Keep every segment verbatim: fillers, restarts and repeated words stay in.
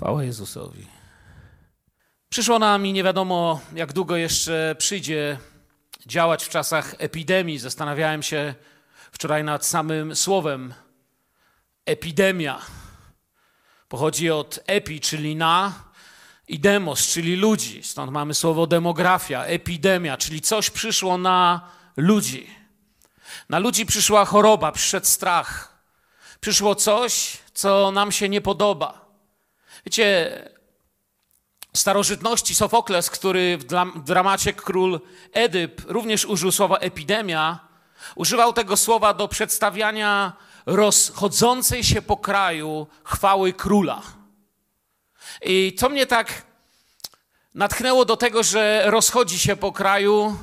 Chwała Jezusowi. Przyszło nam i nie wiadomo, jak długo jeszcze przyjdzie działać w czasach epidemii. Zastanawiałem się wczoraj nad samym słowem epidemia. Pochodzi od epi, czyli na, i demos, czyli ludzi. Stąd mamy słowo demografia, epidemia, czyli coś przyszło na ludzi. Na ludzi przyszła choroba, przyszedł strach. Przyszło coś, co nam się nie podoba. Wiecie, w starożytności Sofokles, który w dramacie Król Edyp również użył słowa epidemia, używał tego słowa do przedstawiania rozchodzącej się po kraju chwały króla. I to mnie tak natchnęło do tego, że rozchodzi się po kraju,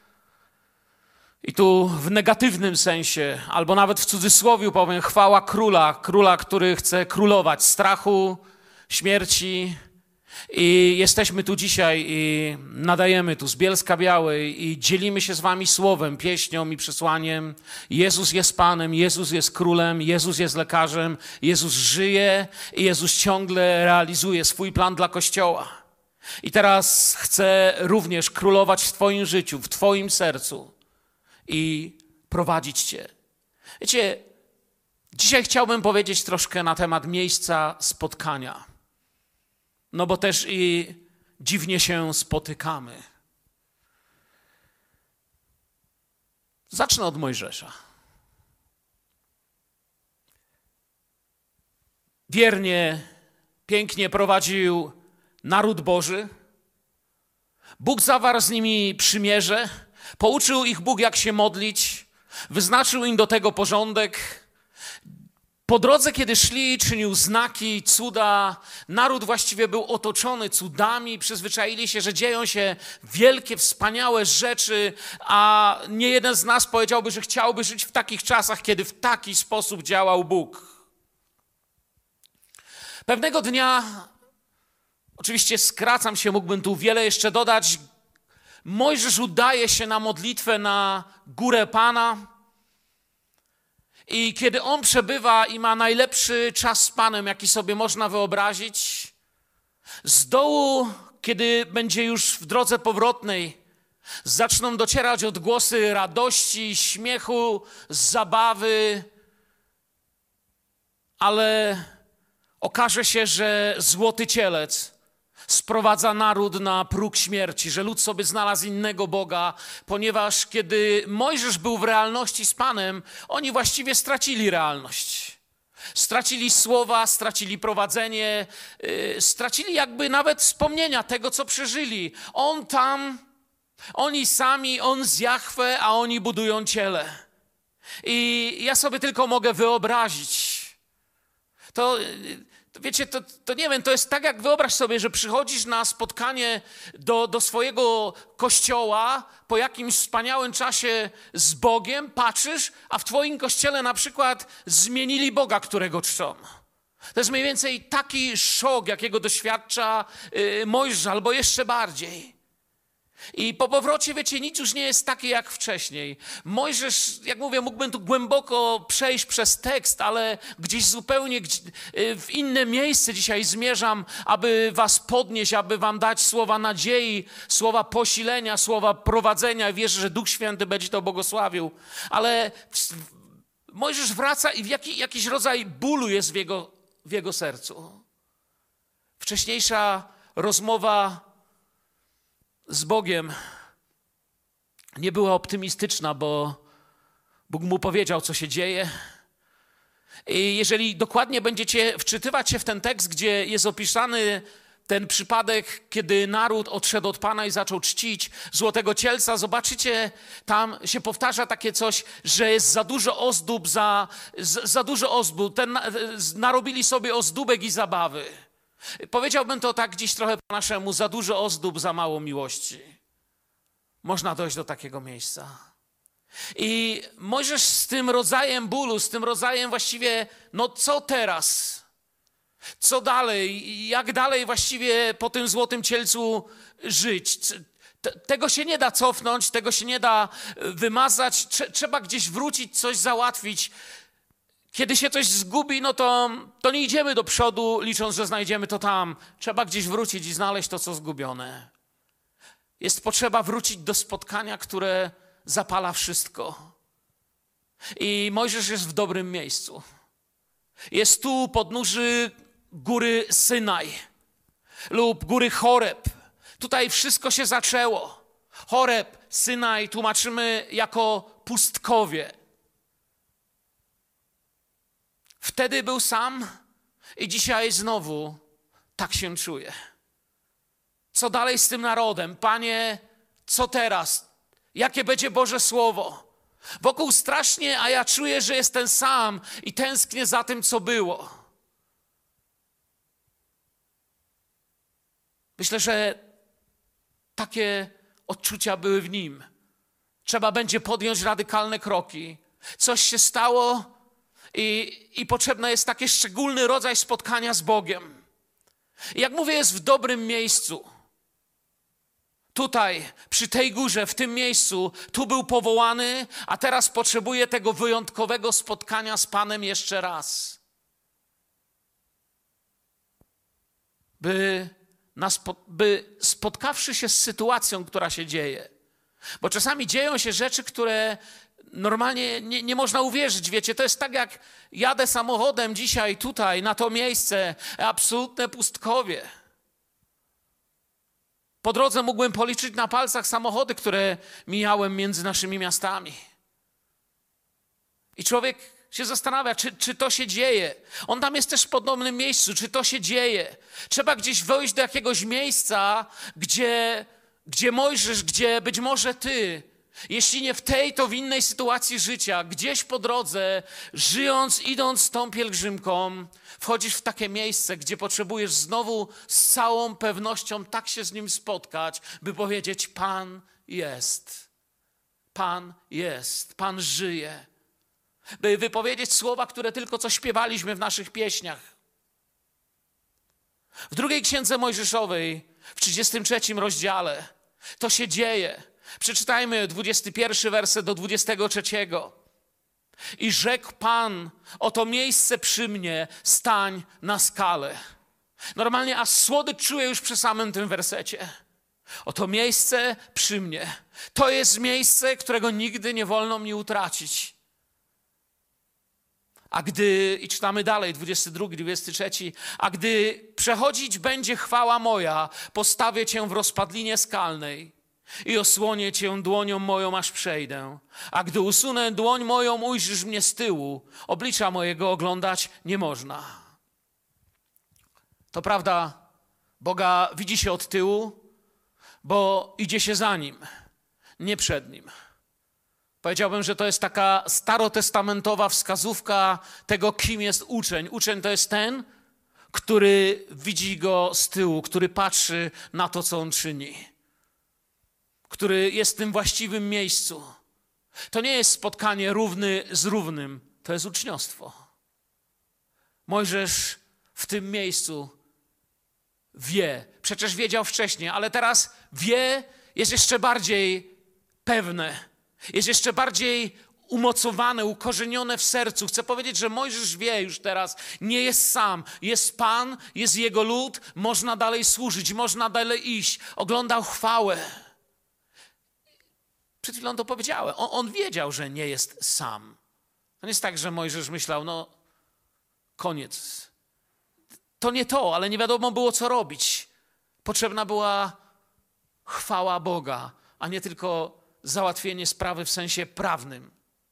i tu w negatywnym sensie, albo nawet w cudzysłowiu powiem, chwała króla, króla, który chce królować strachu, śmierci. I jesteśmy tu dzisiaj i nadajemy tu z Bielska-Białej i dzielimy się z wami słowem, pieśnią i przesłaniem. Jezus jest Panem, Jezus jest Królem, Jezus jest lekarzem, Jezus żyje i Jezus ciągle realizuje swój plan dla Kościoła. I teraz chce również królować w twoim życiu, w twoim sercu i prowadzić cię. Wiecie, dzisiaj chciałbym powiedzieć troszkę na temat miejsca spotkania. No bo też i dziwnie się spotykamy. Zacznę od Mojżesza. Wiernie, pięknie prowadził naród Boży. Bóg zawarł z nimi przymierze. Pouczył ich Bóg, jak się modlić. Wyznaczył im do tego porządek. Po drodze, kiedy szli, czynił znaki, cuda. Naród właściwie był otoczony cudami. Przyzwyczaili się, że dzieją się wielkie, wspaniałe rzeczy, a nie jeden z nas powiedziałby, że chciałby żyć w takich czasach, kiedy w taki sposób działał Bóg. Pewnego dnia, oczywiście skracam się, mógłbym tu wiele jeszcze dodać, Mojżesz udaje się na modlitwę na górę Pana. I kiedy on przebywa i ma najlepszy czas z Panem, jaki sobie można wyobrazić, z dołu, kiedy będzie już w drodze powrotnej, zaczną docierać odgłosy radości, śmiechu, zabawy, ale okaże się, że złoty cielec sprowadza naród na próg śmierci, że lud sobie znalazł innego Boga, ponieważ kiedy Mojżesz był w realności z Panem, oni właściwie stracili realność. Stracili słowa, stracili prowadzenie, yy, stracili jakby nawet wspomnienia tego, co przeżyli. On tam, oni sami, on z Jahwe, a oni budują ciele. I ja sobie tylko mogę wyobrazić. To... Yy, Wiecie, to, to nie wiem, to jest tak, jak wyobraź sobie, że przychodzisz na spotkanie do, do swojego kościoła po jakimś wspaniałym czasie z Bogiem, patrzysz, a w twoim kościele na przykład zmienili Boga, którego czczą. To jest mniej więcej taki szok, jakiego doświadcza yy, Mojżesz, albo jeszcze bardziej. I po powrocie, wiecie, nic już nie jest takie jak wcześniej. Mojżesz, jak mówię, mógłbym tu głęboko przejść przez tekst, ale gdzieś zupełnie w inne miejsce dzisiaj zmierzam, aby was podnieść, aby wam dać słowa nadziei, słowa posilenia, słowa prowadzenia. Wierzę, że Duch Święty będzie to błogosławił. Ale Mojżesz wraca i w jaki, jakiś rodzaj bólu jest w jego, w jego sercu. Wcześniejsza rozmowa z Bogiem nie była optymistyczna, bo Bóg mu powiedział, co się dzieje. I jeżeli dokładnie będziecie wczytywać się w ten tekst, gdzie jest opisany ten przypadek, kiedy naród odszedł od Pana i zaczął czcić złotego cielca, zobaczycie, tam się powtarza takie coś, że jest za dużo ozdób, za, za, za dużo ozdób. Ten, narobili sobie ozdóbek i zabawy. Powiedziałbym to tak dziś trochę po naszemu, za dużo ozdób, za mało miłości. Można dojść do takiego miejsca. I Mojżesz z tym rodzajem bólu, z tym rodzajem właściwie, no co teraz? Co dalej? Jak dalej właściwie po tym złotym cielcu żyć? Tego się nie da cofnąć, tego się nie da wymazać. Trzeba gdzieś wrócić, coś załatwić. Kiedy się coś zgubi, no to, to nie idziemy do przodu, licząc, że znajdziemy to tam. Trzeba gdzieś wrócić i znaleźć to, co zgubione. Jest potrzeba wrócić do spotkania, które zapala wszystko. I Mojżesz jest w dobrym miejscu. Jest tu u podnóży góry Synaj lub góry Choreb. Tutaj wszystko się zaczęło. Choreb, Synaj tłumaczymy jako pustkowie. Wtedy był sam i dzisiaj znowu tak się czuje. Co dalej z tym narodem? Panie, co teraz? Jakie będzie Boże Słowo? Wokół strasznie, a ja czuję, że jestem sam i tęsknię za tym, co było. Myślę, że takie odczucia były w nim. Trzeba będzie podjąć radykalne kroki. Coś się stało i, i potrzebny jest taki szczególny rodzaj spotkania z Bogiem. I jak mówię, jest w dobrym miejscu. Tutaj, przy tej górze, w tym miejscu, tu był powołany, a teraz potrzebuje tego wyjątkowego spotkania z Panem jeszcze raz. By, nas, by spotkawszy się z sytuacją, która się dzieje, bo czasami dzieją się rzeczy, które normalnie nie, nie można uwierzyć. Wiecie, to jest tak, jak jadę samochodem dzisiaj tutaj, na to miejsce, absolutne pustkowie. Po drodze mógłbym policzyć na palcach samochody, które mijałem między naszymi miastami. I człowiek się zastanawia, czy, czy to się dzieje. On tam jest też w podobnym miejscu, czy to się dzieje. Trzeba gdzieś wejść do jakiegoś miejsca, gdzie, gdzie Mojżesz, gdzie być może ty, jeśli nie w tej, to w innej sytuacji życia, gdzieś po drodze, żyjąc, idąc tą pielgrzymką, wchodzisz w takie miejsce, gdzie potrzebujesz znowu z całą pewnością tak się z Nim spotkać, by powiedzieć: Pan jest, Pan jest, Pan żyje. By wypowiedzieć słowa, które tylko co śpiewaliśmy w naszych pieśniach. W drugiej księdze Mojżeszowej, w trzydziestym trzecim rozdziale, to się dzieje. Przeczytajmy dwudziesty pierwszy werset do dwudziestego trzeciego. I rzekł Pan: oto miejsce przy mnie, stań na skale. Normalnie aż słodycz czuję już przy samym tym wersecie. Oto miejsce przy mnie. To jest miejsce, którego nigdy nie wolno mi utracić. A gdy, i czytamy dalej, dwudziesty drugi, dwudziesty trzeci, a gdy przechodzić będzie chwała moja, postawię cię w rozpadlinie skalnej i osłonię cię dłonią moją, aż przejdę. A gdy usunę dłoń moją, ujrzysz mnie z tyłu. Oblicza mojego oglądać nie można. To prawda, Boga widzi się od tyłu, bo idzie się za Nim, nie przed Nim. Powiedziałbym, że to jest taka starotestamentowa wskazówka tego, kim jest uczeń. Uczeń to jest ten, który widzi Go z tyłu, który patrzy na to, co On czyni, który jest w tym właściwym miejscu. To nie jest spotkanie równy z równym, to jest uczniostwo. Mojżesz w tym miejscu wie, przecież wiedział wcześniej, ale teraz wie, jest jeszcze bardziej pewne, jest jeszcze bardziej umocowane, ukorzenione w sercu. Chcę powiedzieć, że Mojżesz wie już teraz, nie jest sam, jest Pan, jest Jego lud, można dalej służyć, można dalej iść. Oglądał chwałę. Przed chwilą to powiedziałem. On, on wiedział, że nie jest sam. To nie jest tak, że Mojżesz myślał, no koniec. To nie to, ale nie wiadomo było, co robić. Potrzebna była chwała Boga, a nie tylko załatwienie sprawy w sensie prawnym.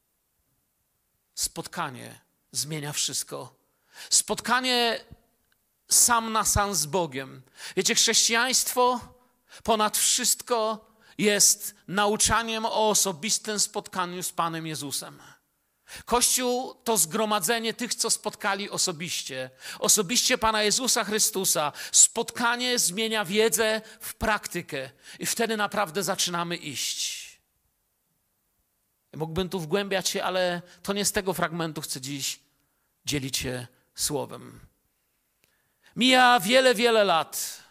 Spotkanie zmienia wszystko. Spotkanie sam na sam z Bogiem. Wiecie, chrześcijaństwo ponad wszystko jest nauczaniem o osobistym spotkaniu z Panem Jezusem. Kościół to zgromadzenie tych, co spotkali osobiście. Osobiście Pana Jezusa Chrystusa. Spotkanie zmienia wiedzę w praktykę i wtedy naprawdę zaczynamy iść. Mógłbym tu wgłębiać się, ale to nie z tego fragmentu chcę dziś dzielić się słowem. Mija wiele, wiele lat.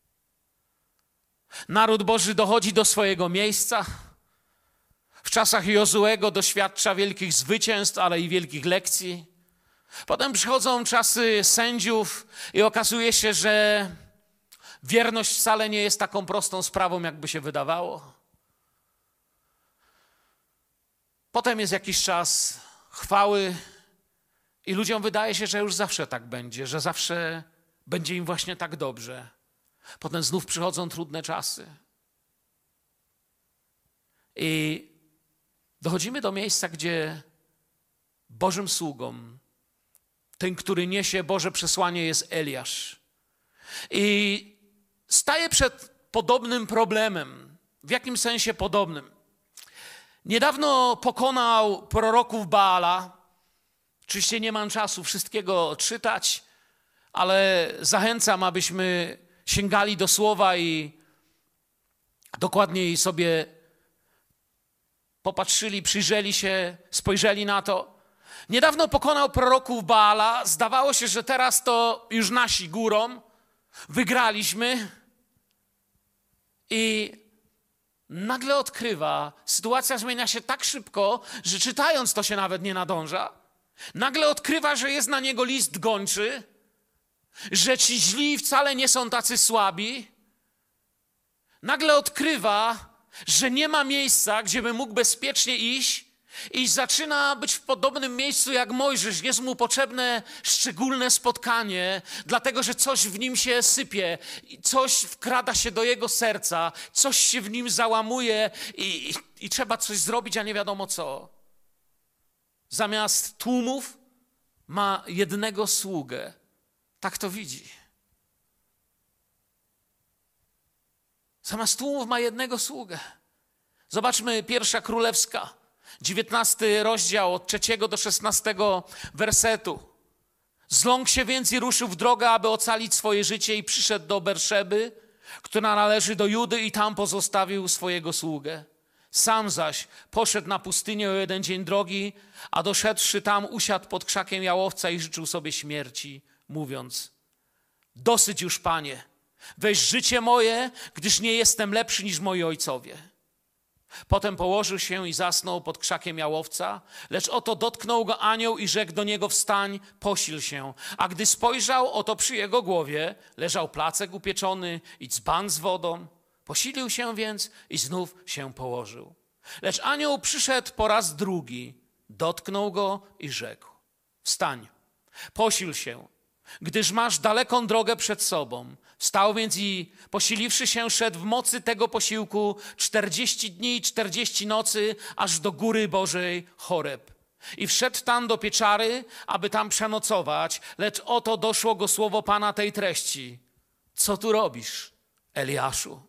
Naród Boży dochodzi do swojego miejsca. W czasach Jozuego doświadcza wielkich zwycięstw, ale i wielkich lekcji. Potem przychodzą czasy sędziów i okazuje się, że wierność wcale nie jest taką prostą sprawą, jakby się wydawało. Potem jest jakiś czas chwały i ludziom wydaje się, że już zawsze tak będzie, że zawsze będzie im właśnie tak dobrze. Potem znów przychodzą trudne czasy. I dochodzimy do miejsca, gdzie Bożym sługą, tym, który niesie Boże przesłanie, jest Eliasz. I staje przed podobnym problemem. W jakim sensie podobnym? Niedawno pokonał proroków Baala. Oczywiście nie mam czasu wszystkiego czytać, ale zachęcam, abyśmy sięgali do słowa i dokładniej sobie popatrzyli, przyjrzeli się, spojrzeli na to. Niedawno pokonał proroków Baala. Zdawało się, że teraz to już nasi górą. Wygraliśmy. I nagle odkrywa, sytuacja zmienia się tak szybko, że czytając to się nawet nie nadąża. Nagle odkrywa, że jest na niego list gończy, że ci źli wcale nie są tacy słabi. Nagle odkrywa, że nie ma miejsca, gdzie by mógł bezpiecznie iść i zaczyna być w podobnym miejscu jak Mojżesz. Jest mu potrzebne szczególne spotkanie, dlatego że coś w nim się sypie, coś wkrada się do jego serca, coś się w nim załamuje i, i, i trzeba coś zrobić, a nie wiadomo co. Zamiast tłumów ma jednego sługę. Tak to widzi. Zamiast tłumów ma jednego sługę. Zobaczmy Pierwsza Królewska, dziewiętnasty rozdział od trzeciego do szesnastego wersetu. Zląkł się więc i ruszył w drogę, aby ocalić swoje życie i przyszedł do Berszeby, która należy do Judy, i tam pozostawił swojego sługę. Sam zaś poszedł na pustynię o jeden dzień drogi, a doszedłszy tam usiadł pod krzakiem jałowca i życzył sobie śmierci, mówiąc: dosyć już, Panie, weź życie moje, gdyż nie jestem lepszy niż moi ojcowie. Potem położył się i zasnął pod krzakiem jałowca, lecz oto dotknął go anioł i rzekł do niego: wstań, posil się. A gdy spojrzał, oto przy jego głowie leżał placek upieczony i dzban z wodą. Posilił się więc i znów się położył. Lecz anioł przyszedł po raz drugi, dotknął go i rzekł: wstań, posil się, gdyż masz daleką drogę przed sobą. Wstał więc i posiliwszy się, szedł w mocy tego posiłku czterdzieści dni i czterdzieści nocy, aż do góry Bożej Choreb. I wszedł tam do pieczary, aby tam przenocować, lecz oto doszło go słowo Pana tej treści: co tu robisz, Eliaszu?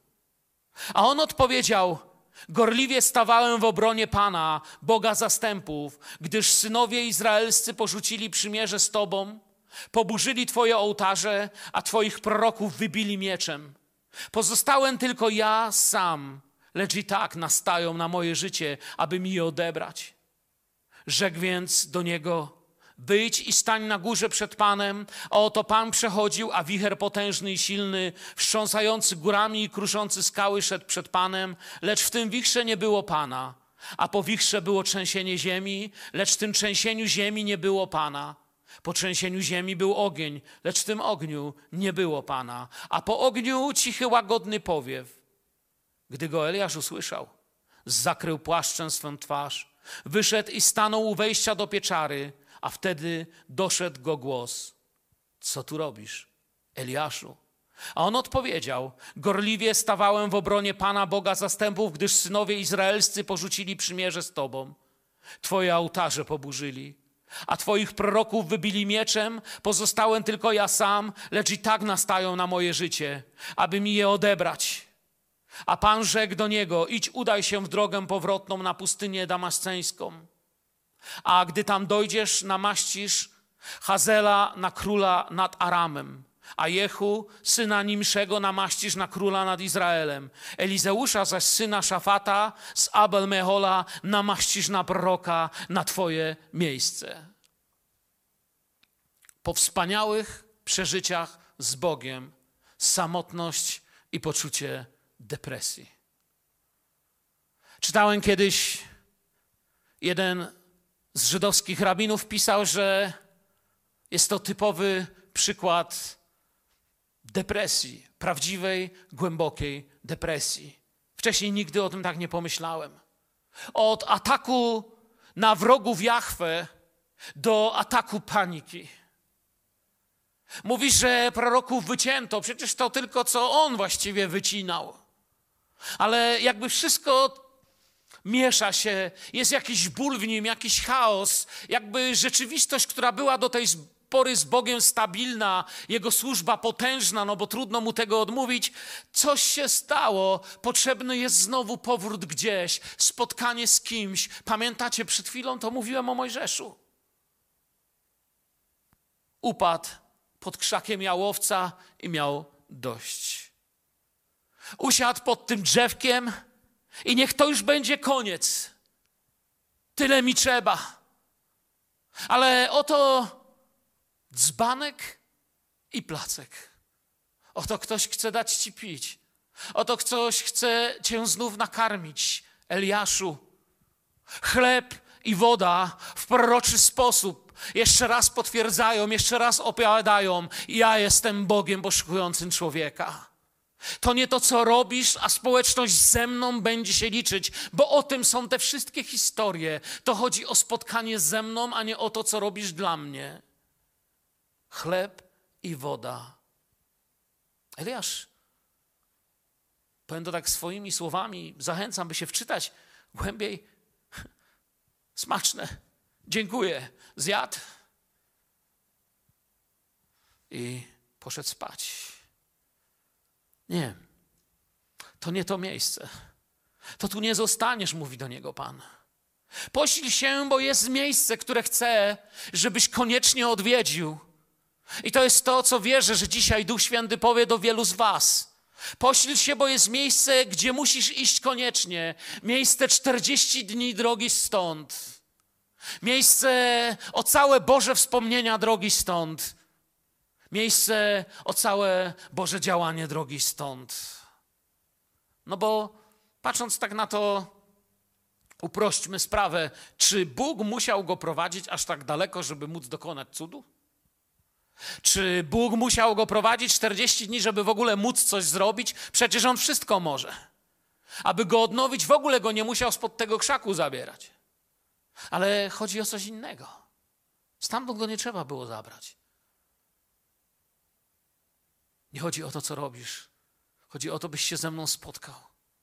A on odpowiedział: gorliwie stawałem w obronie Pana, Boga zastępów, gdyż synowie izraelscy porzucili przymierze z Tobą, poburzyli Twoje ołtarze, a Twoich proroków wybili mieczem. Pozostałem tylko ja sam, lecz i tak nastają na moje życie, aby mi je odebrać. Rzekł więc do niego: wyjdź i stań na górze przed Panem. A oto Pan przechodził, a wicher potężny i silny, wstrząsający górami i kruszący skały, szedł przed Panem, lecz w tym wichrze nie było Pana. A po wichrze było trzęsienie ziemi, lecz w tym trzęsieniu ziemi nie było Pana. Po trzęsieniu ziemi był ogień, lecz w tym ogniu nie było Pana. A po ogniu cichy, łagodny powiew. Gdy go Eliasz usłyszał, zakrył płaszczem swą twarz, wyszedł i stanął u wejścia do pieczary, a wtedy doszedł go głos: co tu robisz, Eliaszu? A on odpowiedział: gorliwie stawałem w obronie Pana, Boga zastępów, gdyż synowie izraelscy porzucili przymierze z Tobą. Twoje ołtarze poburzyli, a Twoich proroków wybili mieczem. Pozostałem tylko ja sam, lecz i tak nastają na moje życie, aby mi je odebrać. A Pan rzekł do niego: idź, udaj się w drogę powrotną na pustynię damasceńską. A gdy tam dojdziesz, namaścisz Hazela na króla nad Aramem, a Jehu, syna Nimszego, namaścisz na króla nad Izraelem. Elizeusza zaś, syna Szafata z Abel-Mehola, namaścisz na proroka na Twoje miejsce. Po wspaniałych przeżyciach z Bogiem, samotność i poczucie depresji. Czytałem kiedyś, jeden z żydowskich rabinów pisał, że Jest to typowy przykład depresji, prawdziwej, głębokiej depresji. Wcześniej nigdy o tym tak nie pomyślałem. Od ataku na wrogów Jahwe do ataku paniki. Mówi, że proroków wycięto, przecież to tylko co on właściwie wycinał. Ale jakby wszystko miesza się, jest jakiś ból w nim, jakiś chaos, jakby rzeczywistość, która była do tej pory z Bogiem stabilna, Jego służba potężna, no bo trudno mu tego odmówić, coś się stało, potrzebny jest znowu powrót gdzieś, spotkanie z kimś. Pamiętacie, przed chwilą to mówiłem o Mojżeszu. Upadł pod krzakiem jałowca i miał dość. Usiadł pod tym drzewkiem i niech to już będzie koniec. Tyle mi trzeba. Ale oto dzbanek i placek. Oto ktoś chce dać ci pić. Oto ktoś chce cię znów nakarmić. Eliaszu, chleb i woda w proroczy sposób jeszcze raz potwierdzają, jeszcze raz opowiadają: ja jestem Bogiem poszukującym człowieka. To nie to, co robisz, a społeczność ze mną będzie się liczyć, bo o tym są te wszystkie historie. To chodzi o spotkanie ze mną, a nie o to, co robisz dla mnie. Chleb i woda. Eliasz, powiem to tak swoimi słowami, zachęcam, by się wczytać głębiej. Smaczne. Dziękuję. Zjadł i poszedł spać. Nie, to nie to miejsce. To tu nie zostaniesz, mówi do niego Pan. Posil się, bo jest miejsce, które chcę, żebyś koniecznie odwiedził. I to jest to, co wierzę, że dzisiaj Duch Święty powie do wielu z was. Posil się, bo jest miejsce, gdzie musisz iść koniecznie. Miejsce czterdzieści dni drogi stąd. Miejsce o całe Boże wspomnienia drogi stąd. Miejsce o całe Boże działanie drogi stąd. No bo patrząc tak na to, uprośćmy sprawę. Czy Bóg musiał go prowadzić aż tak daleko, żeby móc dokonać cudu? Czy Bóg musiał go prowadzić czterdzieści dni, żeby w ogóle móc coś zrobić? Przecież on wszystko może. Aby go odnowić, w ogóle go nie musiał spod tego krzaku zabierać. Ale chodzi o coś innego. Stamtąd go nie trzeba było zabrać. Nie chodzi o to, co robisz. Chodzi o to, byś się ze mną spotkał.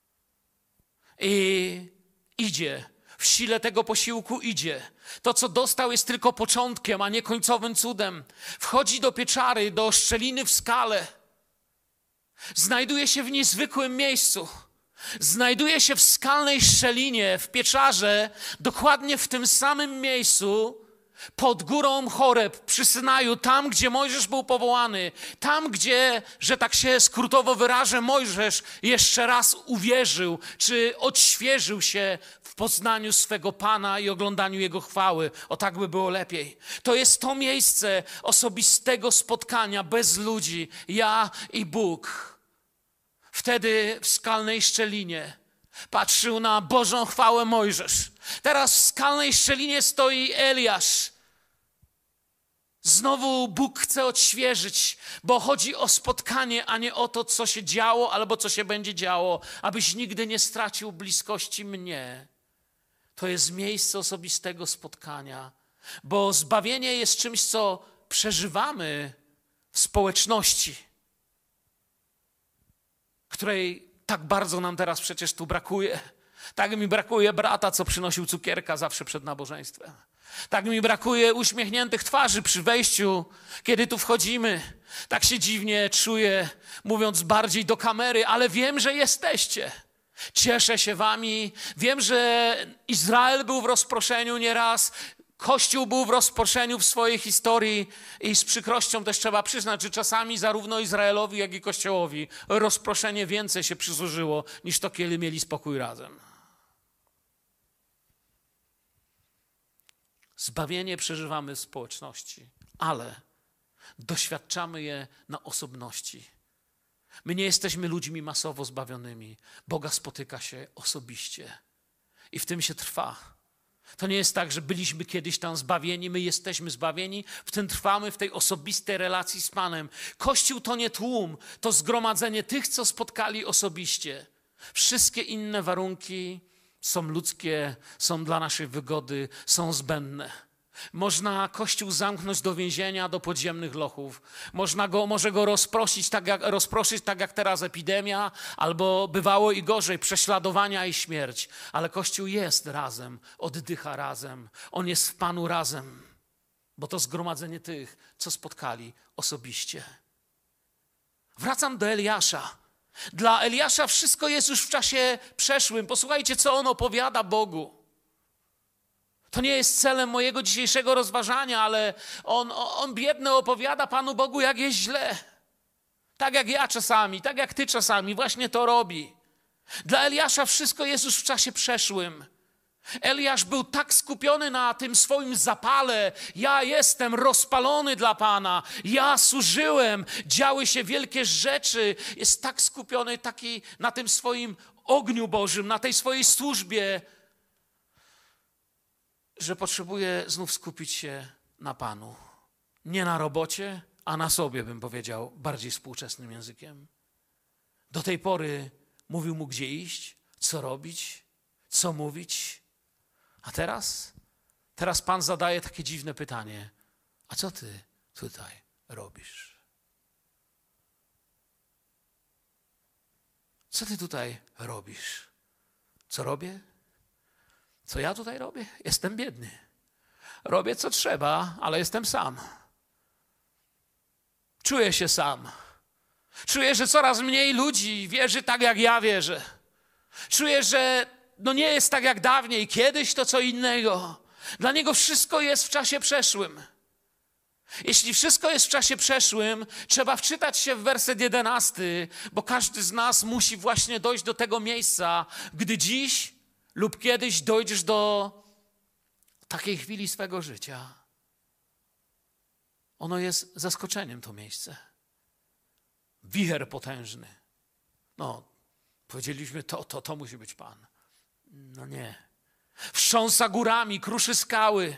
I idzie. W sile tego posiłku idzie. To, co dostał, jest tylko początkiem, a nie końcowym cudem. Wchodzi do pieczary, do szczeliny w skale. Znajduje się w niezwykłym miejscu. Znajduje się w skalnej szczelinie, w pieczarze, dokładnie w tym samym miejscu, pod górą Choreb, przy Synaju, tam, gdzie Mojżesz był powołany. Tam, gdzie, że tak się skrótowo wyrażę, Mojżesz jeszcze raz uwierzył, czy odświeżył się w poznaniu swego Pana i oglądaniu Jego chwały. O tak by było lepiej. To jest to miejsce osobistego spotkania bez ludzi, ja i Bóg. Wtedy w skalnej szczelinie patrzył na Bożą chwałę Mojżesz. Teraz w skalnej szczelinie stoi Eliasz. Znowu Bóg chce odświeżyć, bo chodzi o spotkanie, a nie o to, co się działo albo co się będzie działo, abyś nigdy nie stracił bliskości mnie. To jest miejsce osobistego spotkania, bo zbawienie jest czymś, co przeżywamy w społeczności, której tak bardzo nam teraz przecież tu brakuje. Tak mi brakuje brata, co przynosił cukierka zawsze przed nabożeństwem. Tak mi brakuje uśmiechniętych twarzy przy wejściu, kiedy tu wchodzimy. Tak się dziwnie czuję, mówiąc bardziej do kamery, ale wiem, że jesteście. Cieszę się wami. Wiem, że Izrael był w rozproszeniu nieraz. Kościół był w rozproszeniu w swojej historii i z przykrością też trzeba przyznać, że czasami zarówno Izraelowi, jak i Kościołowi rozproszenie więcej się przysłużyło, niż to, kiedy mieli spokój razem. Zbawienie przeżywamy w społeczności, ale doświadczamy je na osobności. My nie jesteśmy ludźmi masowo zbawionymi. Boga spotyka się osobiście i w tym się trwa. To nie jest tak, że byliśmy kiedyś tam zbawieni, my jesteśmy zbawieni, w tym trwamy, w tej osobistej relacji z Panem. Kościół to nie tłum, to zgromadzenie tych, co spotkali osobiście. Wszystkie inne warunki są ludzkie, są dla naszej wygody, są zbędne. Można Kościół zamknąć do więzienia, do podziemnych lochów. Można go, może go rozproszyć tak, jak, rozproszyć tak jak teraz epidemia, albo bywało i gorzej, prześladowania i śmierć. Ale Kościół jest razem, oddycha razem. On jest w Panu razem, bo to zgromadzenie tych, co spotkali osobiście. Wracam do Eliasza. Dla Eliasza wszystko jest już w czasie przeszłym. Posłuchajcie, co on opowiada Bogu. To nie jest celem mojego dzisiejszego rozważania, ale on, on biedny opowiada Panu Bogu, jak jest źle. Tak jak ja czasami, tak jak ty czasami, właśnie to robi. Dla Eliasza wszystko jest już w czasie przeszłym. Eliasz był tak skupiony na tym swoim zapale. Ja jestem rozpalony dla Pana. Ja służyłem. Działy się wielkie rzeczy. Jest tak skupiony taki na tym swoim ogniu Bożym, na tej swojej służbie, że potrzebuje znów skupić się na Panu. Nie na robocie, a na sobie, bym powiedział, bardziej współczesnym językiem. Do tej pory mówił mu, gdzie iść, co robić, co mówić. A teraz? Teraz Pan zadaje takie dziwne pytanie. A co ty tutaj robisz? Co ty tutaj robisz? Co robię? Co ja tutaj robię? Jestem biedny. Robię co trzeba, ale jestem sam. Czuję się sam. Czuję, że coraz mniej ludzi wierzy tak, jak ja wierzę. Czuję, że no nie jest tak jak dawniej. Kiedyś to co innego. Dla niego wszystko jest w czasie przeszłym. Jeśli wszystko jest w czasie przeszłym, trzeba wczytać się w werset jedenasty, bo każdy z nas musi właśnie dojść do tego miejsca, gdy dziś lub kiedyś dojdziesz do takiej chwili swego życia. Ono jest zaskoczeniem, to miejsce. Wicher potężny. No, powiedzieliśmy, to, to, to musi być Pan. No nie. Wstrząsa górami, kruszy skały.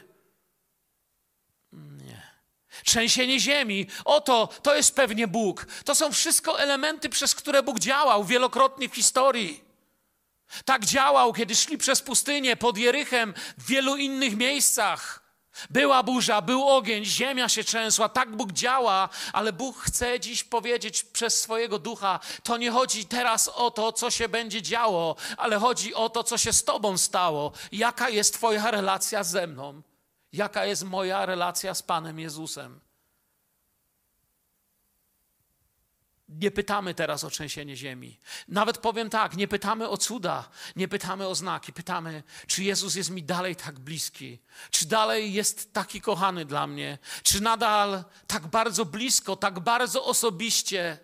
Nie. Trzęsienie ziemi. Oto, to jest pewnie Bóg. To są wszystko elementy, przez które Bóg działał wielokrotnie w historii. Tak działał, kiedy szli przez pustynię, pod Jerychem, w wielu innych miejscach. Była burza, był ogień, ziemia się trzęsła, tak Bóg działa, ale Bóg chce dziś powiedzieć przez swojego ducha, to nie chodzi teraz o to, co się będzie działo, ale chodzi o to, co się z Tobą stało. Jaka jest Twoja relacja ze mną? Jaka jest moja relacja z Panem Jezusem? Nie pytamy teraz o trzęsienie ziemi. Nawet powiem tak, nie pytamy o cuda, nie pytamy o znaki. Pytamy, czy Jezus jest mi dalej tak bliski? Czy dalej jest taki kochany dla mnie? Czy nadal tak bardzo blisko, tak bardzo osobiście?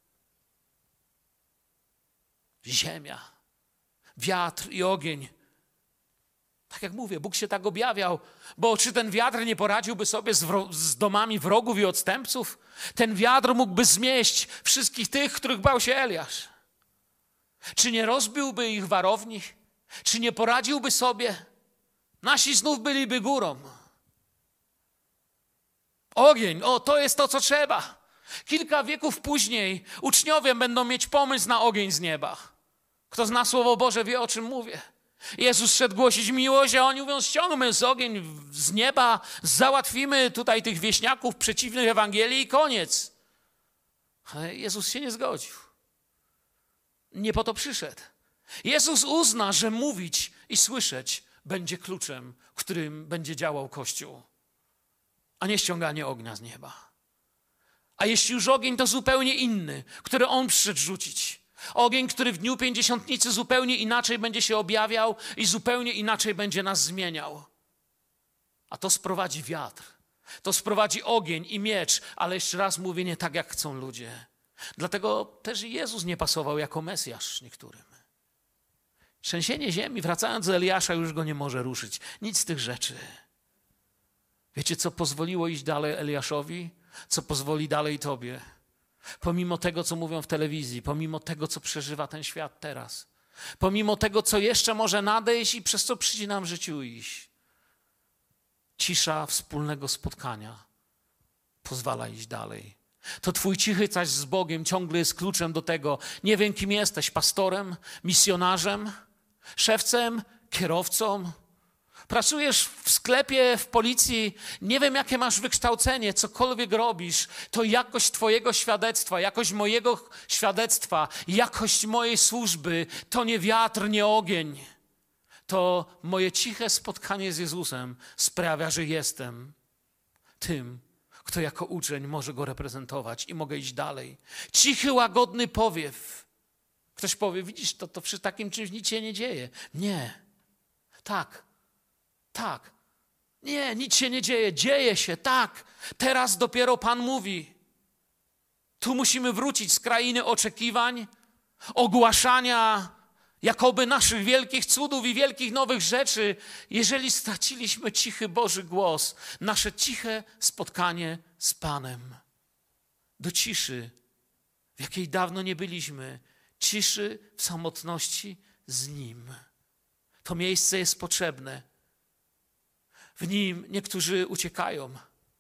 Ziemia, wiatr i ogień. Tak jak mówię, Bóg się tak objawiał, bo czy ten wiatr nie poradziłby sobie z, wro- z domami wrogów i odstępców? Ten wiatr mógłby zmieść wszystkich tych, których bał się Eliasz. Czy nie rozbiłby ich warowni? Czy nie poradziłby sobie? Nasi znów byliby górą. Ogień, o, to jest to, co trzeba. Kilka wieków później uczniowie będą mieć pomysł na ogień z nieba. Kto zna Słowo Boże, wie, o czym mówię. Jezus szedł głosić miłość, a oni mówią, ściągmy z ogień z nieba, załatwimy tutaj tych wieśniaków przeciwnych Ewangelii i koniec. Ale Jezus się nie zgodził. Nie po to przyszedł. Jezus uzna, że mówić i słyszeć będzie kluczem, którym będzie działał Kościół, a nie ściąganie ognia z nieba. A jeśli już ogień, to zupełnie inny, który On przyszedł rzucić. Ogień, który w dniu pięćdziesiątnicy zupełnie inaczej będzie się objawiał i zupełnie inaczej będzie nas zmieniał. A to sprowadzi wiatr, to sprowadzi ogień i miecz, ale jeszcze raz mówię, nie tak jak chcą ludzie. Dlatego też Jezus nie pasował jako Mesjasz niektórym. Trzęsienie ziemi, wracając do Eliasza, już go nie może ruszyć. Nic z tych rzeczy. Wiecie, co pozwoliło iść dalej Eliaszowi? Co pozwoli dalej tobie? Pomimo tego, co mówią w telewizji, pomimo tego, co przeżywa ten świat teraz, pomimo tego, co jeszcze może nadejść i przez co przyjdzie nam w życiu iść, cisza wspólnego spotkania pozwala iść dalej. To twój cichy coś z Bogiem ciągle jest kluczem do tego. Nie wiem, kim jesteś, pastorem, misjonarzem, szewcem, kierowcą. Pracujesz w sklepie, w policji, nie wiem, jakie masz wykształcenie, cokolwiek robisz, to jakość twojego świadectwa, jakość mojego świadectwa, jakość mojej służby, to nie wiatr, nie ogień. To moje ciche spotkanie z Jezusem sprawia, że jestem tym, kto jako uczeń może Go reprezentować i mogę iść dalej. Cichy, łagodny powiew. Ktoś powie, widzisz, to, to przy takim czymś nic się nie dzieje. Nie. Tak. Tak. Nie, nic się nie dzieje. Dzieje się, tak. Teraz dopiero Pan mówi. Tu musimy wrócić z krainy oczekiwań, ogłaszania jakoby naszych wielkich cudów i wielkich nowych rzeczy, jeżeli straciliśmy cichy Boży głos, nasze ciche spotkanie z Panem. Do ciszy, w jakiej dawno nie byliśmy, ciszy w samotności z Nim. To miejsce jest potrzebne. W Nim niektórzy uciekają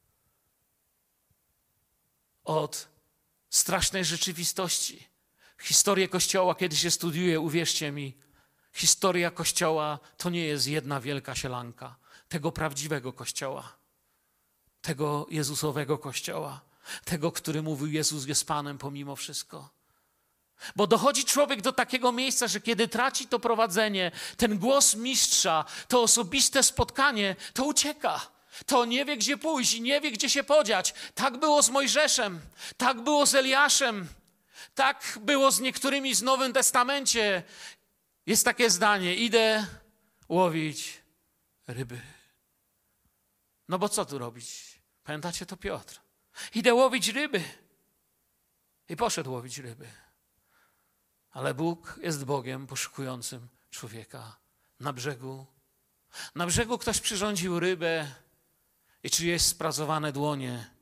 od strasznej rzeczywistości. Historię Kościoła, kiedy się studiuje, uwierzcie mi, historia Kościoła to nie jest jedna wielka sielanka. Tego prawdziwego Kościoła, tego Jezusowego Kościoła, tego, który mówił, Jezus jest Panem pomimo wszystko. Bo dochodzi człowiek do takiego miejsca, że kiedy traci to prowadzenie, ten głos mistrza, to osobiste spotkanie, to ucieka. To nie wie, gdzie pójść i nie wie, gdzie się podziać. Tak było z Mojżeszem, tak było z Eliaszem. Tak było z niektórymi w Nowym Testamencie. Jest takie zdanie, idę łowić ryby. No bo co tu robić? Pamiętacie to Piotr? Idę łowić ryby. I poszedł łowić ryby. Ale Bóg jest Bogiem poszukującym człowieka na brzegu. Na brzegu ktoś przyrządził rybę i czyjeś sprazowane dłonie,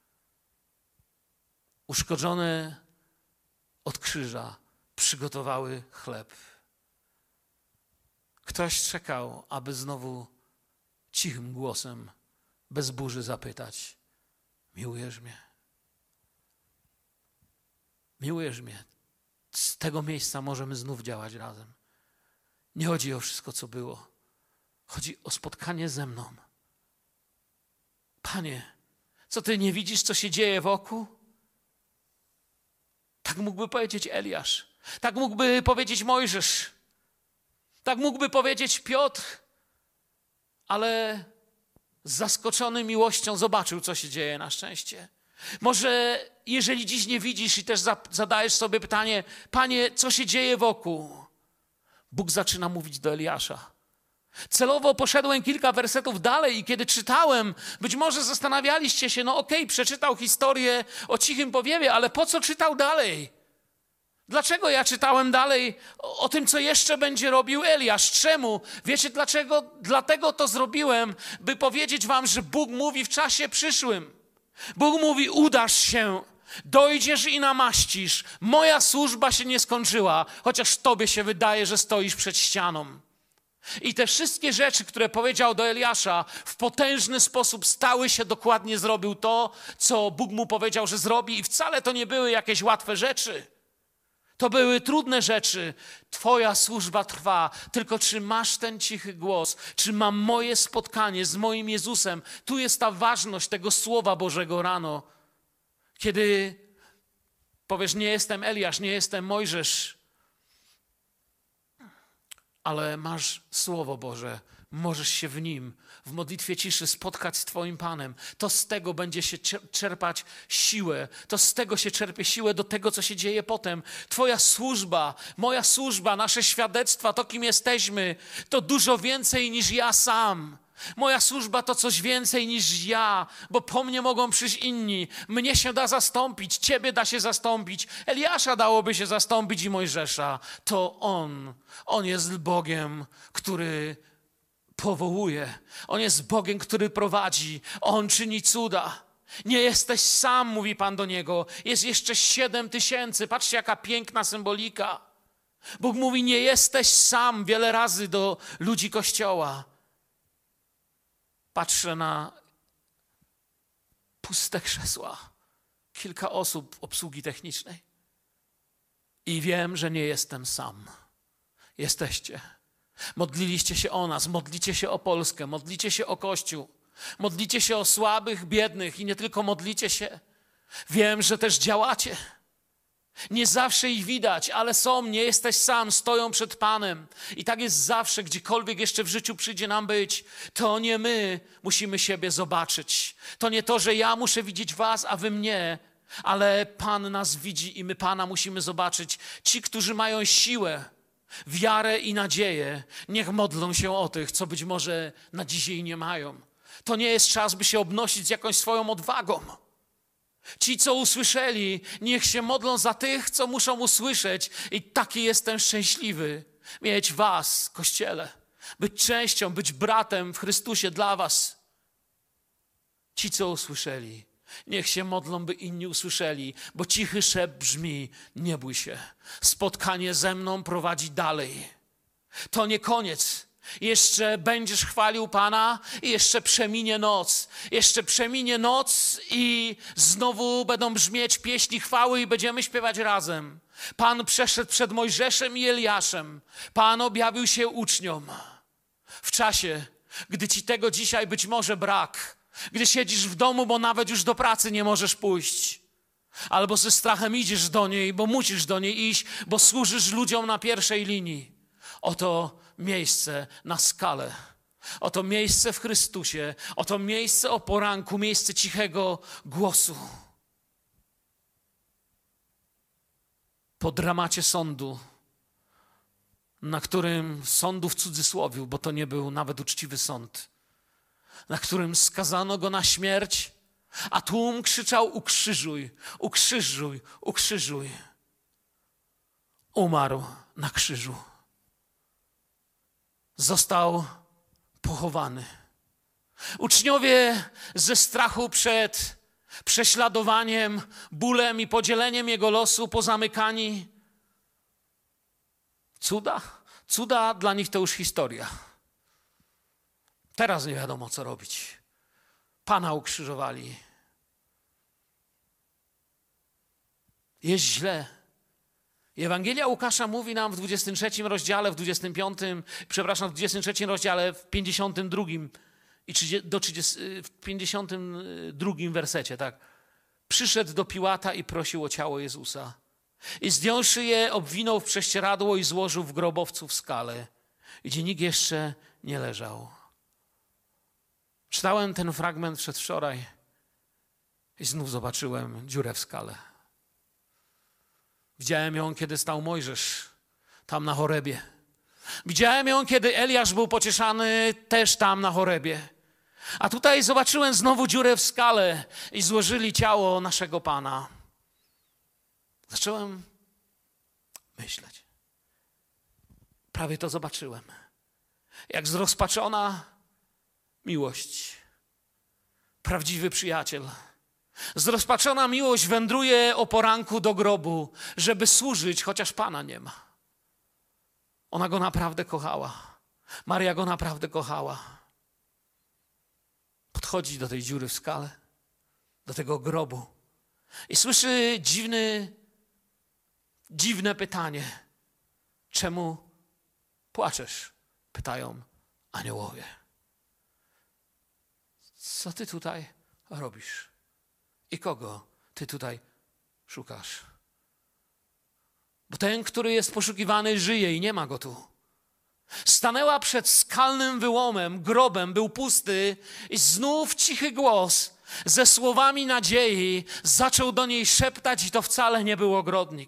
uszkodzone od krzyża, przygotowały chleb. Ktoś czekał, aby znowu cichym głosem, bez burzy zapytać: miłujesz mnie? Miłujesz mnie? Z tego miejsca możemy znów działać razem. Nie chodzi o wszystko, co było. Chodzi o spotkanie ze mną. Panie, co Ty nie widzisz, co się dzieje wokół? Tak mógłby powiedzieć Eliasz. Tak mógłby powiedzieć Mojżesz. Tak mógłby powiedzieć Piotr. Ale zaskoczony miłością zobaczył, co się dzieje na szczęście. Może jeżeli dziś nie widzisz i też zadajesz sobie pytanie: Panie, co się dzieje wokół? Bóg zaczyna mówić do Eliasza. Celowo poszedłem kilka wersetów dalej i kiedy czytałem, być może zastanawialiście się, no okej, okay, przeczytał historię o cichym powiewie, ale po co czytał dalej? Dlaczego ja czytałem dalej o, o tym, co jeszcze będzie robił Eliasz? Czemu? Wiecie dlaczego? Dlatego to zrobiłem, by powiedzieć wam, że Bóg mówi w czasie przyszłym. Bóg mówi: udasz się, dojdziesz i namaścisz. Moja służba się nie skończyła, chociaż tobie się wydaje, że stoisz przed ścianą. I te wszystkie rzeczy, które powiedział do Eliasza, w potężny sposób stały się, dokładnie zrobił to, co Bóg mu powiedział, że zrobi, i wcale to nie były jakieś łatwe rzeczy. To były trudne rzeczy. Twoja służba trwa, tylko czy masz ten cichy głos, czy mam moje spotkanie z moim Jezusem. Tu jest ta ważność tego Słowa Bożego rano. Kiedy powiesz: nie jestem Eliasz, nie jestem Mojżesz, ale masz Słowo Boże, możesz się w Nim, w modlitwie ciszy spotkać z Twoim Panem. To z tego będzie się czerpać siłę. To z tego się czerpie siłę do tego, co się dzieje potem. Twoja służba, moja służba, nasze świadectwa, to kim jesteśmy, to dużo więcej niż ja sam. Moja służba to coś więcej niż ja, bo po mnie mogą przyjść inni. Mnie się da zastąpić, Ciebie da się zastąpić, Eliasza dałoby się zastąpić i Mojżesza. To On, On jest Bogiem, który powołuje. On jest Bogiem, który prowadzi. On czyni cuda. Nie jesteś sam, mówi Pan do niego. Jest jeszcze siedem tysięcy. Patrzcie, jaka piękna symbolika. Bóg mówi: nie jesteś sam, wiele razy do ludzi Kościoła. Patrzę na puste krzesła, kilka osób obsługi technicznej i wiem, że nie jestem sam. Jesteście. Modliliście się o nas, modlicie się o Polskę, modlicie się o Kościół, modlicie się o słabych, biednych i nie tylko modlicie się. Wiem, że też działacie. Nie zawsze ich widać, ale są, nie jesteś sam, stoją przed Panem. I tak jest zawsze, gdziekolwiek jeszcze w życiu przyjdzie nam być. To nie my musimy siebie zobaczyć. To nie to, że ja muszę widzieć was, a wy mnie, ale Pan nas widzi i my Pana musimy zobaczyć. Ci, którzy mają siłę, wiarę i nadzieję, niech modlą się o tych, co być może na dzisiaj nie mają. To nie jest czas, by się obnosić z jakąś swoją odwagą. Ci, co usłyszeli, niech się modlą za tych, co muszą usłyszeć. I taki jestem szczęśliwy, mieć was, Kościele, być częścią, być bratem w Chrystusie dla was. Ci, co usłyszeli, niech się modlą, by inni usłyszeli, bo cichy szept brzmi: nie bój się, spotkanie ze mną prowadzi dalej. To nie koniec. Jeszcze będziesz chwalił Pana i jeszcze przeminie noc. Jeszcze przeminie noc i znowu będą brzmieć pieśni chwały i będziemy śpiewać razem. Pan przeszedł przed Mojżeszem i Eliaszem. Pan objawił się uczniom. W czasie, gdy ci tego dzisiaj być może brak, gdy siedzisz w domu, bo nawet już do pracy nie możesz pójść, albo ze strachem idziesz do niej, bo musisz do niej iść, bo służysz ludziom na pierwszej linii. Oto miejsce na skalę. Oto miejsce w Chrystusie. Oto miejsce o poranku, miejsce cichego głosu. Po dramacie sądu, na którym, sądu w cudzysłowiu, bo to nie był nawet uczciwy sąd, na którym skazano go na śmierć, a tłum krzyczał: ukrzyżuj, ukrzyżuj, ukrzyżuj. Umarł na krzyżu. Został pochowany. Uczniowie ze strachu przed prześladowaniem, bólem i podzieleniem jego losu pozamykani. Cuda? Cuda dla nich to już historia. Teraz nie wiadomo, co robić. Pana ukrzyżowali. Jest źle. I Ewangelia Łukasza mówi nam w dwudziestym trzecim rozdziale, w dwudziestym piątym, przepraszam, w dwudziestym trzecim rozdziale, w pięćdziesiątym drugim i do trzydziestego, w pięćdziesiątym drugim wersecie, tak. Przyszedł do Piłata i prosił o ciało Jezusa. I zdjąwszy je, obwinął w prześcieradło i złożył w grobowcu w skale, gdzie nikt jeszcze nie leżał. Czytałem ten fragment przedwczoraj i znów zobaczyłem dziurę w skale. Widziałem ją, kiedy stał Mojżesz tam na Chorebie. Widziałem ją, kiedy Eliasz był pocieszany też tam na Chorebie. A tutaj zobaczyłem znowu dziurę w skale i złożyli ciało naszego Pana. Zacząłem myśleć. Prawie to zobaczyłem. Jak zrozpaczona miłość, prawdziwy przyjaciel. Zrozpaczona miłość wędruje o poranku do grobu, żeby służyć, chociaż Pana nie ma. Ona go naprawdę kochała. Maria go naprawdę kochała. Podchodzi do tej dziury w skale, do tego grobu i słyszy dziwny, dziwne pytanie. Czemu płaczesz? Pytają aniołowie. Co ty tutaj robisz? I kogo ty tutaj szukasz? Bo ten, który jest poszukiwany, żyje i nie ma go tu. Stanęła przed skalnym wyłomem, grobem, był pusty i znów cichy głos ze słowami nadziei zaczął do niej szeptać i to wcale nie był ogrodnik.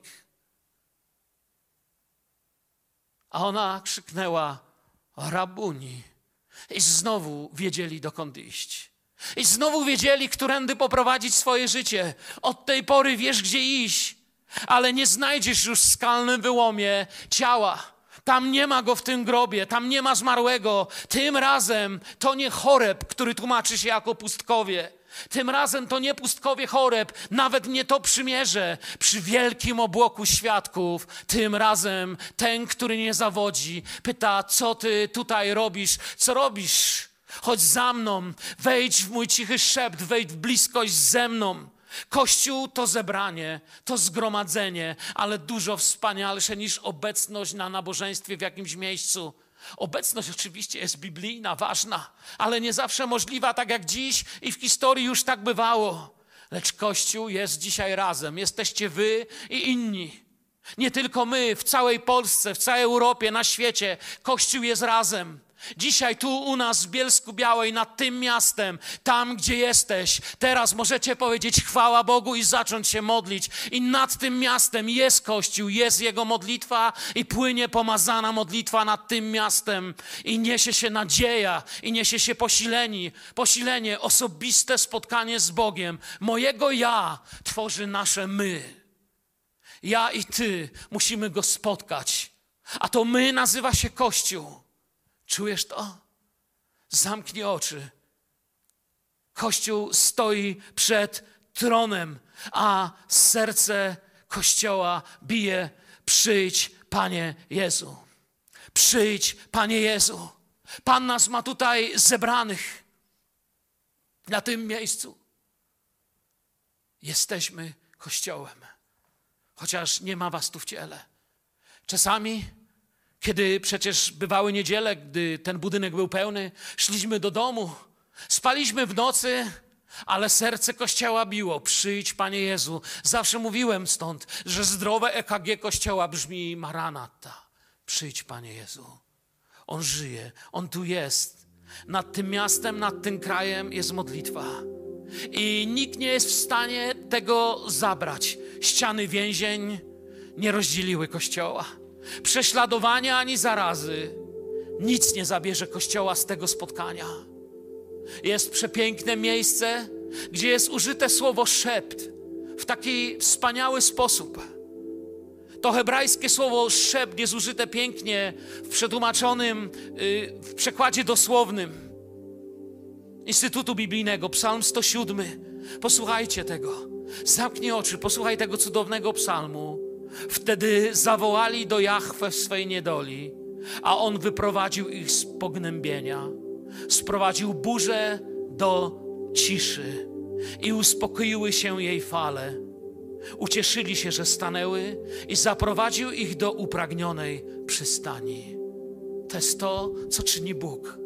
A ona krzyknęła: Rabuni. I znowu wiedzieli, dokąd iść. I znowu wiedzieli, którędy poprowadzić swoje życie. Od tej pory wiesz, gdzie iść, ale nie znajdziesz już w skalnym wyłomie ciała. Tam nie ma go w tym grobie, tam nie ma zmarłego. Tym razem to nie Choreb, który tłumaczy się jako pustkowie. Tym razem to nie pustkowie Choreb, nawet nie to przymierze przy wielkim obłoku świadków. Tym razem ten, który nie zawodzi, pyta: co ty tutaj robisz? Co robisz? Chodź za mną, wejdź w mój cichy szept, wejdź w bliskość ze mną. Kościół to zebranie, to zgromadzenie, ale dużo wspanialsze niż obecność na nabożeństwie w jakimś miejscu. Obecność oczywiście jest biblijna, ważna, ale nie zawsze możliwa, tak jak dziś i w historii już tak bywało. Lecz Kościół jest dzisiaj razem. Jesteście wy i inni. Nie tylko my, w całej Polsce, w całej Europie, na świecie. Kościół jest razem. Dzisiaj tu u nas w Bielsku-Białej, nad tym miastem, tam gdzie jesteś, teraz możecie powiedzieć chwała Bogu i zacząć się modlić. I nad tym miastem jest Kościół, jest Jego modlitwa i płynie pomazana modlitwa nad tym miastem. I niesie się nadzieja, i niesie się posilenie, posilenie, osobiste spotkanie z Bogiem. Mojego ja tworzy nasze my. Ja i ty musimy Go spotkać, a to my nazywa się Kościół. Czujesz to? Zamknij oczy. Kościół stoi przed tronem, a serce Kościoła bije: przyjdź, Panie Jezu. Przyjdź, Panie Jezu. Pan nas ma tutaj zebranych na tym miejscu. Jesteśmy Kościołem, chociaż nie ma was tu w ciele. Czasami, kiedy przecież bywały niedziele, gdy ten budynek był pełny, szliśmy do domu, spaliśmy w nocy, ale serce Kościoła biło: przyjdź, Panie Jezu. Zawsze mówiłem stąd, że zdrowe E K G Kościoła brzmi Maranata. Przyjdź, Panie Jezu. On żyje, On tu jest. Nad tym miastem, nad tym krajem jest modlitwa. I nikt nie jest w stanie tego zabrać. Ściany więzień nie rozdzieliły Kościoła. Prześladowania ani zarazy. Nic nie zabierze Kościoła z tego spotkania. Jest przepiękne miejsce, gdzie jest użyte słowo szept w taki wspaniały sposób. To hebrajskie słowo szept jest użyte pięknie w przetłumaczonym, w przekładzie dosłownym Instytutu Biblijnego, Psalm sto siedem. Posłuchajcie tego. Zamknij oczy, posłuchaj tego cudownego psalmu. Wtedy zawołali do Jahwe w swej niedoli, a On wyprowadził ich z pognębienia. Sprowadził burzę do ciszy i uspokoiły się jej fale. Ucieszyli się, że stanęły, i zaprowadził ich do upragnionej przystani. To jest to, co czyni Bóg.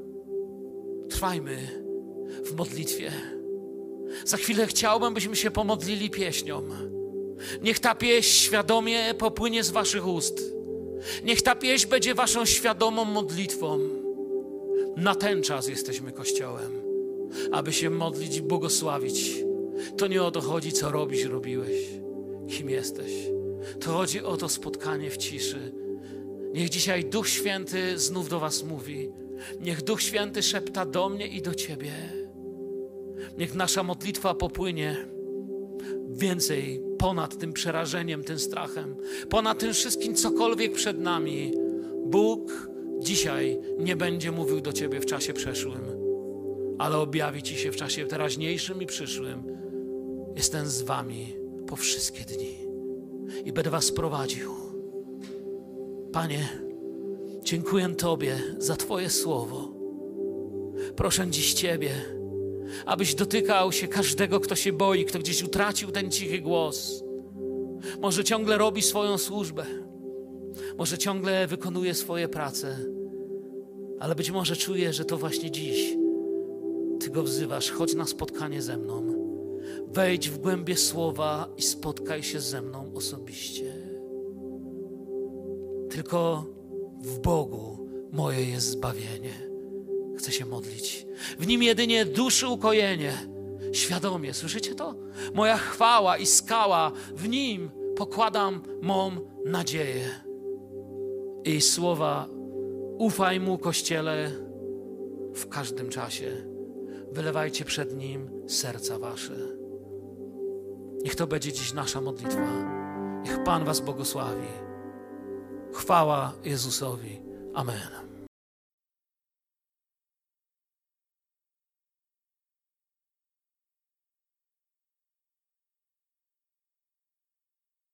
Trwajmy w modlitwie. Za chwilę chciałbym, byśmy się pomodlili pieśnią. Niech ta pieśń świadomie popłynie z waszych ust. Niech ta pieśń będzie waszą świadomą modlitwą. Na ten czas jesteśmy Kościołem, aby się modlić i błogosławić. To nie o to chodzi, co robisz, robiłeś, kim jesteś. To chodzi o to spotkanie w ciszy. Niech dzisiaj Duch Święty znów do was mówi. Niech Duch Święty szepta do mnie i do ciebie. Niech nasza modlitwa popłynie więcej ponad tym przerażeniem, tym strachem, ponad tym wszystkim, cokolwiek przed nami. Bóg dzisiaj nie będzie mówił do ciebie w czasie przeszłym, ale objawi ci się w czasie teraźniejszym i przyszłym. Jestem z wami po wszystkie dni i będę was prowadził. Panie, dziękuję Tobie za Twoje słowo. Proszę dziś Ciebie, abyś dotykał się każdego, kto się boi, kto gdzieś utracił ten cichy głos. Może ciągle robi swoją służbę, może ciągle wykonuje swoje prace, ale być może czuje, że to właśnie dziś Ty go wzywasz. Chodź na spotkanie ze mną. Wejdź w głębie słowa i spotkaj się ze mną osobiście. Tylko w Bogu moje jest zbawienie. Chcę się modlić. W Nim jedynie duszy ukojenie. Świadomie, słyszycie to? Moja chwała i skała, w Nim pokładam mą nadzieję. I słowa: ufaj Mu, Kościele, w każdym czasie. Wylewajcie przed Nim serca wasze. Niech to będzie dziś nasza modlitwa. Niech Pan was błogosławi. Chwała Jezusowi. Amen.